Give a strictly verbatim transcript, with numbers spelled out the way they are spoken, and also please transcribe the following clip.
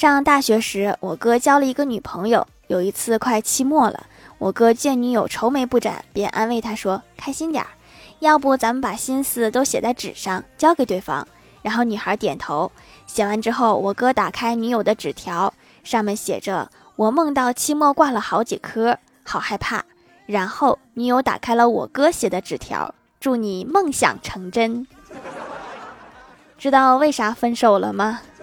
上大学时，我哥交了一个女朋友。有一次快期末了，我哥见女友愁眉不展，便安慰她说：“开心点儿，要不咱们把心思都写在纸上，交给对方。”然后女孩点头。写完之后，我哥打开女友的纸条，上面写着：“我梦到期末挂了好几科，好害怕。”然后女友打开了我哥写的纸条：“祝你梦想成真。”知道为啥分手了吗？